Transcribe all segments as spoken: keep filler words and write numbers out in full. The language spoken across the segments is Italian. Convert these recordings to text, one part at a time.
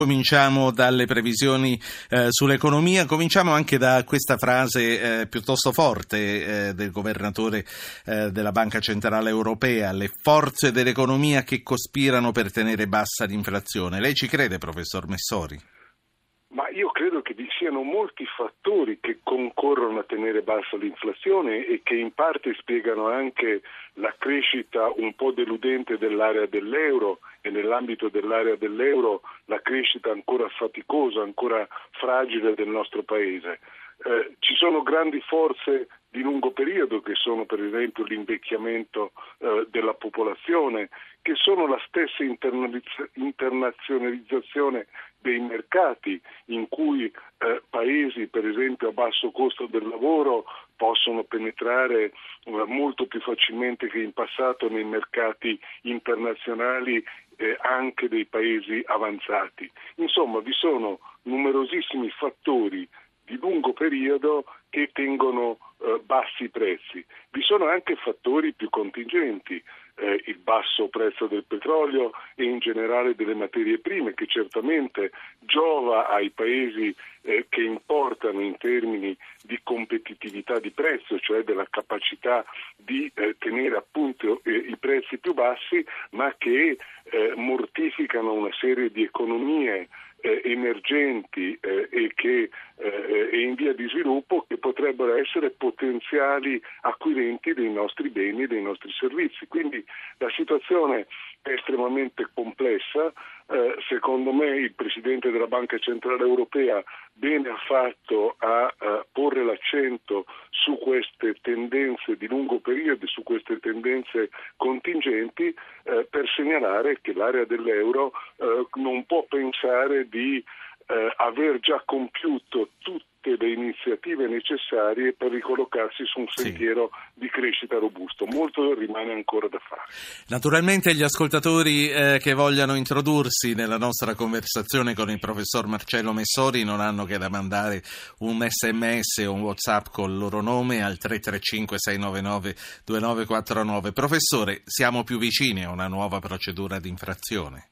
Cominciamo dalle previsioni eh, sull'economia, cominciamo anche da questa frase eh, piuttosto forte eh, del governatore eh, della Banca Centrale Europea: le forze dell'economia che cospirano per tenere bassa l'inflazione. Lei ci crede, professor Messori? Ma io credo che vi siano molti fattori che concorrono a tenere bassa l'inflazione e che in parte spiegano anche la crescita un po' deludente dell'area dell'euro e nell'ambito dell'area dell'euro la crescita ancora faticosa, ancora fragile del nostro paese. Eh, ci sono grandi forze di lungo periodo che sono per esempio l'invecchiamento eh, della popolazione, che sono la stessa internaliz- internazionalizzazione dei mercati in cui eh, paesi per esempio a basso costo del lavoro possono penetrare eh, molto più facilmente che in passato nei mercati internazionali eh, anche dei paesi avanzati. Insomma, vi sono numerosissimi fattori di lungo periodo che tengono eh, bassi i prezzi. Vi sono anche fattori più contingenti, eh, il basso prezzo del petrolio e in generale delle materie prime, che certamente giova ai paesi eh, che importano in termini di competitività di prezzo, cioè della capacità di eh, tenere appunto eh, i prezzi più bassi, ma che eh, mortificano una serie di economie Eh, emergenti eh, e che eh, e in via di sviluppo, che potrebbero essere potenziali acquirenti dei nostri beni e dei nostri servizi. Quindi la situazione è estremamente complessa. Eh, secondo me il Presidente della Banca Centrale Europea bene ha fatto a, a porre l'accento su queste tendenze di lungo periodo, su queste tendenze contingenti, eh, per segnalare che l'area dell'euro eh, non può pensare di eh, aver già compiuto tutte le iniziative necessarie per ricollocarsi su un sentiero sì. di crescita robusto. Molto rimane ancora da fare. Naturalmente gli ascoltatori eh, che vogliano introdursi nella nostra conversazione con il professor Marcello Messori non hanno che da mandare un sms o un WhatsApp col loro nome al tre tre cinque sei nove nove due nove quattro nove. Professore, siamo più vicini a una nuova procedura di infrazione?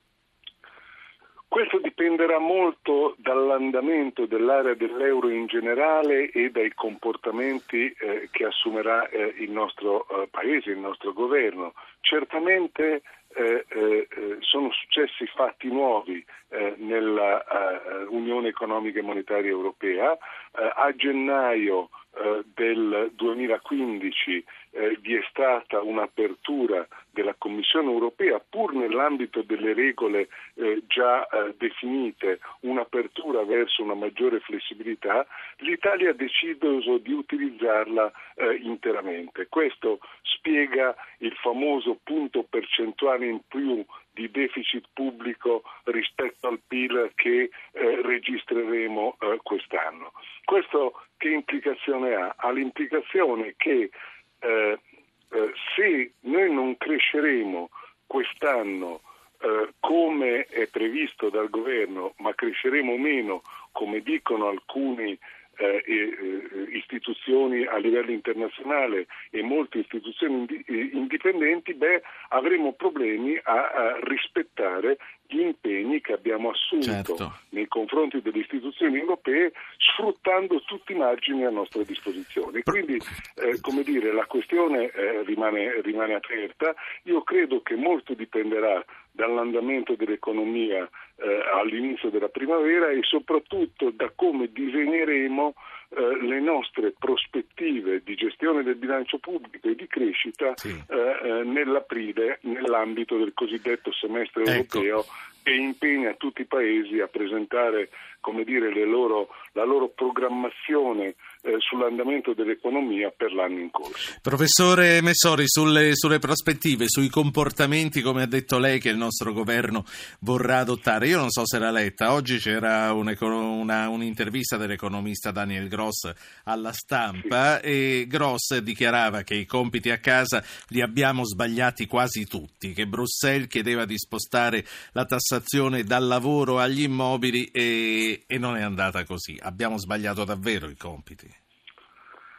Questo dipenderà molto dall'andamento dell'area dell'euro in generale e dai comportamenti eh, che assumerà eh, il nostro eh, Paese, il nostro governo. Certamente eh, eh, sono successi fatti nuovi eh, nella uh, Unione Economica e Monetaria Europea. Eh, a gennaio eh, del duemilaquindici eh, vi è stata un'apertura della Commissione Europea, pur nell'ambito delle regole eh, già eh, definite, un'apertura verso una maggiore flessibilità. L'Italia ha deciso di utilizzarla eh, interamente. Questo spiega il famoso punto percentuale in più di deficit pubblico rispetto al P I L che eh, registreremo eh, quest'anno. Questo che implicazione ha? Ha l'implicazione che eh, eh, se noi non cresceremo quest'anno eh, come è previsto dal governo, ma cresceremo meno, come dicono alcuni Eh, eh, istituzioni a livello internazionale e molte istituzioni indi- indipendenti, beh, avremo problemi a, a rispettare gli impegni che abbiamo assunto certo. nei confronti delle istituzioni europee, sfruttando tutti i margini a nostra disposizione. Quindi, eh, come dire, la questione eh, rimane, rimane aperta. Io credo che molto dipenderà dall'andamento dell'economia eh, all'inizio della primavera e soprattutto da come disegneremo eh, le nostre prospettive di gestione del bilancio pubblico e di crescita sì. eh, nell'aprile, nell'ambito del cosiddetto semestre ecco. europeo, che impegna tutti i paesi a presentare, come dire, le loro, la loro programmazione eh, sull'andamento dell'economia per l'anno in corso. Professore Messori, sulle, sulle prospettive, sui comportamenti, come ha detto lei, che il nostro governo vorrà adottare. Io non so se l'ha letta, oggi c'era un, una, un'intervista dell'economista Daniel Gross alla Stampa sì. e Gross dichiarava che i compiti a casa li abbiamo sbagliati quasi tutti, che Bruxelles chiedeva di spostare la tassazione dal lavoro agli immobili e, e non è andata così. Abbiamo sbagliato davvero i compiti.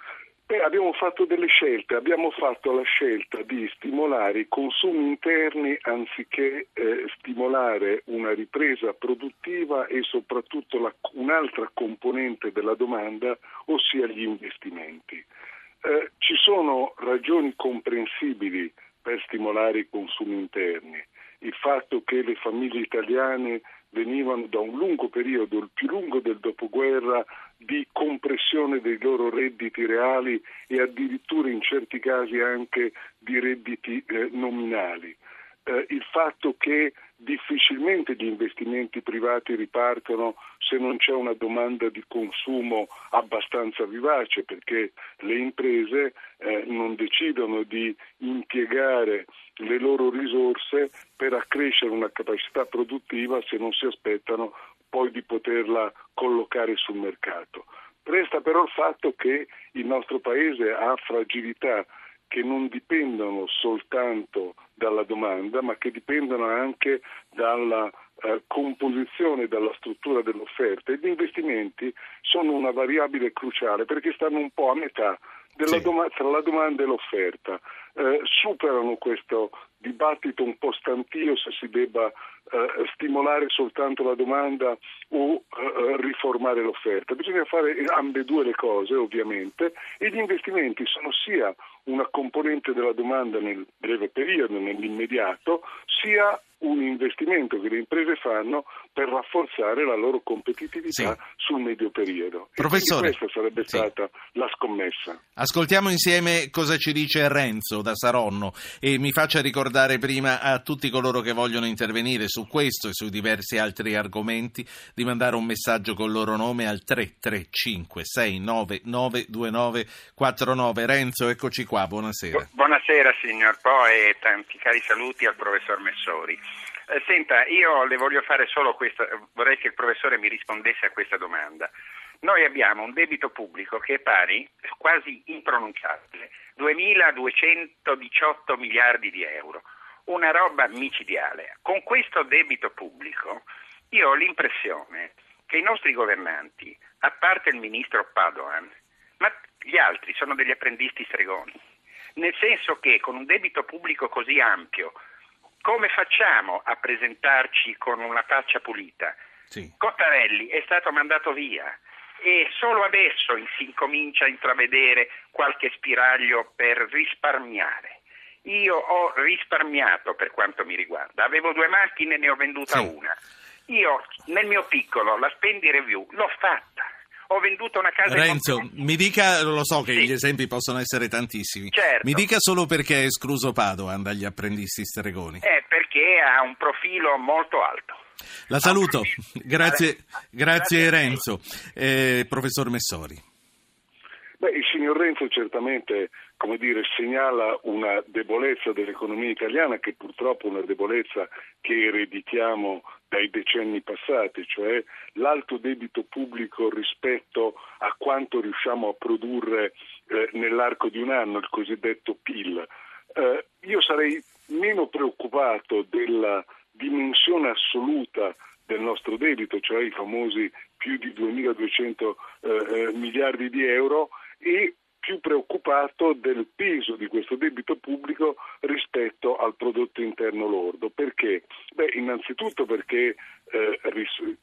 Beh, abbiamo fatto delle scelte, abbiamo fatto la scelta di stimolare i consumi interni anziché eh, stimolare una ripresa produttiva e soprattutto la, un'altra componente della domanda, ossia gli investimenti. Eh, ci sono ragioni comprensibili per stimolare i consumi interni. Il fatto che le famiglie italiane venivano da un lungo periodo, il più lungo del dopoguerra, di compressione dei loro redditi reali e addirittura in certi casi anche di redditi eh, nominali. Eh, il fatto che difficilmente gli investimenti privati ripartono se non c'è una domanda di consumo abbastanza vivace, perché le imprese eh, non decidono di impiegare le loro risorse per accrescere una capacità produttiva se non si aspettano poi di poterla collocare sul mercato. Resta però il fatto che il nostro Paese ha fragilità che non dipendono soltanto dalla domanda, ma che dipendono anche dalla eh, composizione, dalla struttura dell'offerta. E gli investimenti sono una variabile cruciale perché stanno un po' a metà della sì. doma- tra la domanda e l'offerta. Eh, superano questo dibattito un po' stantio se si debba eh, stimolare soltanto la domanda o eh, riformare l'offerta. Bisogna fare ambedue le cose, ovviamente, e gli investimenti sono sia una componente della domanda nel breve periodo, nell'immediato, sia un investimento che le imprese fanno per rafforzare la loro competitività sì. sul medio periodo. Professore, e questa sarebbe sì. stata la scommessa. Ascoltiamo insieme cosa ci dice Renzo da Saronno e mi faccia ricordare prima a tutti coloro che vogliono intervenire su questo e su diversi altri argomenti di mandare un messaggio con il loro nome al tre tre cinque sei nove nove due nove quattro nove. Renzo, eccoci qua, buonasera. Buonasera signor Po e tanti cari saluti al professor Messori. Eh, senta, io le voglio fare solo questa, vorrei che il professore mi rispondesse a questa domanda. Noi abbiamo un debito pubblico che è pari, quasi impronunciabile, duemiladuecentodiciotto miliardi di euro, una roba micidiale. Con questo debito pubblico io ho l'impressione che i nostri governanti, a parte il ministro Padoan, ma gli altri sono degli apprendisti stregoni, nel senso che con un debito pubblico così ampio, come facciamo a presentarci con una faccia pulita? Sì. Cottarelli è stato mandato via e solo adesso si incomincia a intravedere qualche spiraglio per risparmiare. Io ho risparmiato per quanto mi riguarda, avevo due macchine e ne ho venduta sì. una. Io nel mio piccolo la spendi review l'ho fatta. Ho venduto una casa. Renzo, in mi dica, lo so che sì. gli esempi possono essere tantissimi, certo. mi dica solo perché è escluso Padoan dagli apprendisti stregoni. Eh, perché ha un profilo molto alto. La saluto, grazie, grazie Renzo. Eh, professor Messori. Beh, il signor Renzo certamente, come dire, segnala una debolezza dell'economia italiana che purtroppo è una debolezza che ereditiamo dai decenni passati, cioè l'alto debito pubblico rispetto a quanto riusciamo a produrre eh, nell'arco di un anno, il cosiddetto P I L. Eh, io sarei meno preoccupato della dimensione assoluta del nostro debito, cioè i famosi più di duemiladuecento eh, miliardi di euro, e più preoccupato del peso di questo debito pubblico rispetto al prodotto interno lordo. Perché? Beh, innanzitutto perché eh, ris-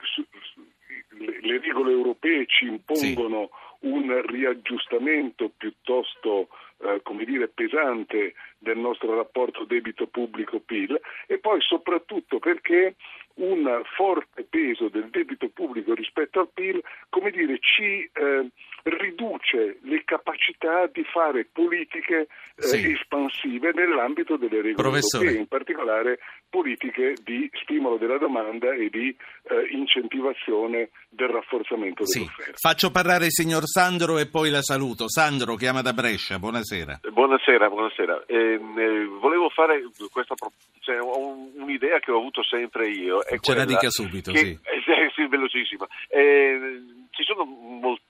le, le regole europee ci impongono sì. un riaggiustamento piuttosto eh, come dire pesante del nostro rapporto debito pubblico-P I L, e poi soprattutto perché un forte peso del debito pubblico rispetto al P I L, come dire, ci eh, riduce le capacità di fare politiche eh, sì. espansive nell'ambito delle regole Professore. europee, in particolare politiche di stimolo della domanda e di eh, incentivazione del rafforzamento sì. dell'offerta. Faccio parlare il signor Sandro e poi la saluto. Sandro, chiama da Brescia, buonasera. Buonasera, buonasera. Eh, eh, volevo fare questa, cioè, ho un'idea che ho avuto sempre io. È Ce la dica quella subito, che, sì. Eh, sì, velocissima. Eh, ci sono mol, moltissimi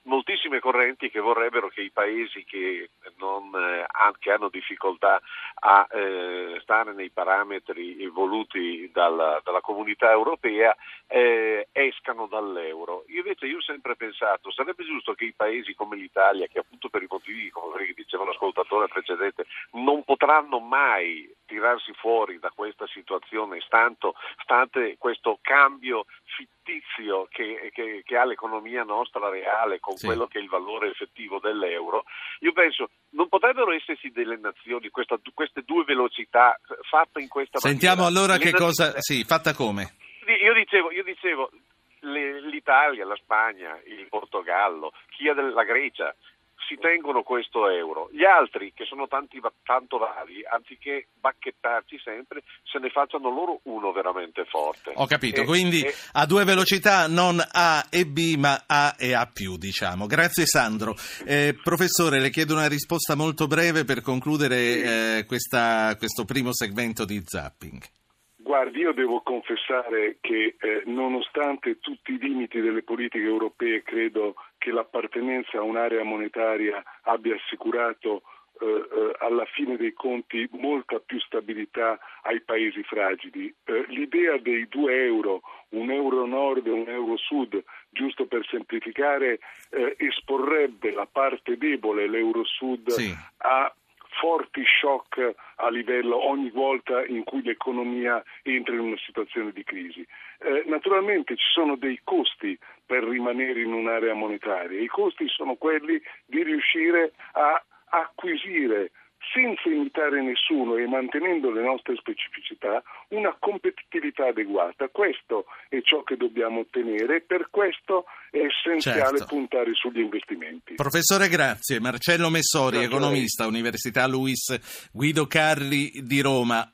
tantissime correnti che vorrebbero che i paesi che, non, eh, che hanno difficoltà a eh, stare nei parametri voluti dalla, dalla comunità europea eh, escano dall'euro. Io invece io ho sempre pensato, sarebbe giusto che i paesi come l'Italia, che appunto per i motivi, come diceva l'ascoltatore precedente, non potranno mai tirarsi fuori da questa situazione, stanto, stante questo cambio fittizio che, che, che ha l'economia nostra reale con sì. quello che è il valore effettivo dell'euro, io penso non potrebbero esserci delle nazioni, questa, queste due velocità fatte in questa Sentiamo maniera. allora Le che nazioni, cosa... Sì, fatta come? Io dicevo, io dicevo le, l'Italia, la Spagna, il Portogallo, chi ha della Grecia, si tengono questo euro. Gli altri, che sono tanti, tanto vari, anziché bacchettarci sempre, se ne facciano loro uno veramente forte. Ho capito, e, quindi e... a due velocità, non A e B, ma A e A più, diciamo. Grazie Sandro. Eh, professore, le chiedo una risposta molto breve per concludere eh, questa, questo primo segmento di Zapping. Guardi, io devo confessare che eh, nonostante tutti i limiti delle politiche europee, credo che l'appartenenza a un'area monetaria abbia assicurato eh, eh, alla fine dei conti molta più stabilità ai paesi fragili. Eh, l'idea dei due euro, un euro nord e un euro sud, giusto per semplificare, eh, esporrebbe la parte debole, l'euro sud, sì. a forti shock a livello ogni volta in cui l'economia entra in una situazione di crisi. Eh, naturalmente ci sono dei costi per rimanere in un'area monetaria. I costi sono quelli di riuscire a acquisire, senza imitare nessuno e mantenendo le nostre specificità, una competitività adeguata. Questo è ciò che dobbiamo ottenere e per questo è essenziale certo. puntare sugli investimenti. Professore, grazie. Marcello Messori, grazie economista, Università Luis Guido Carli di Roma.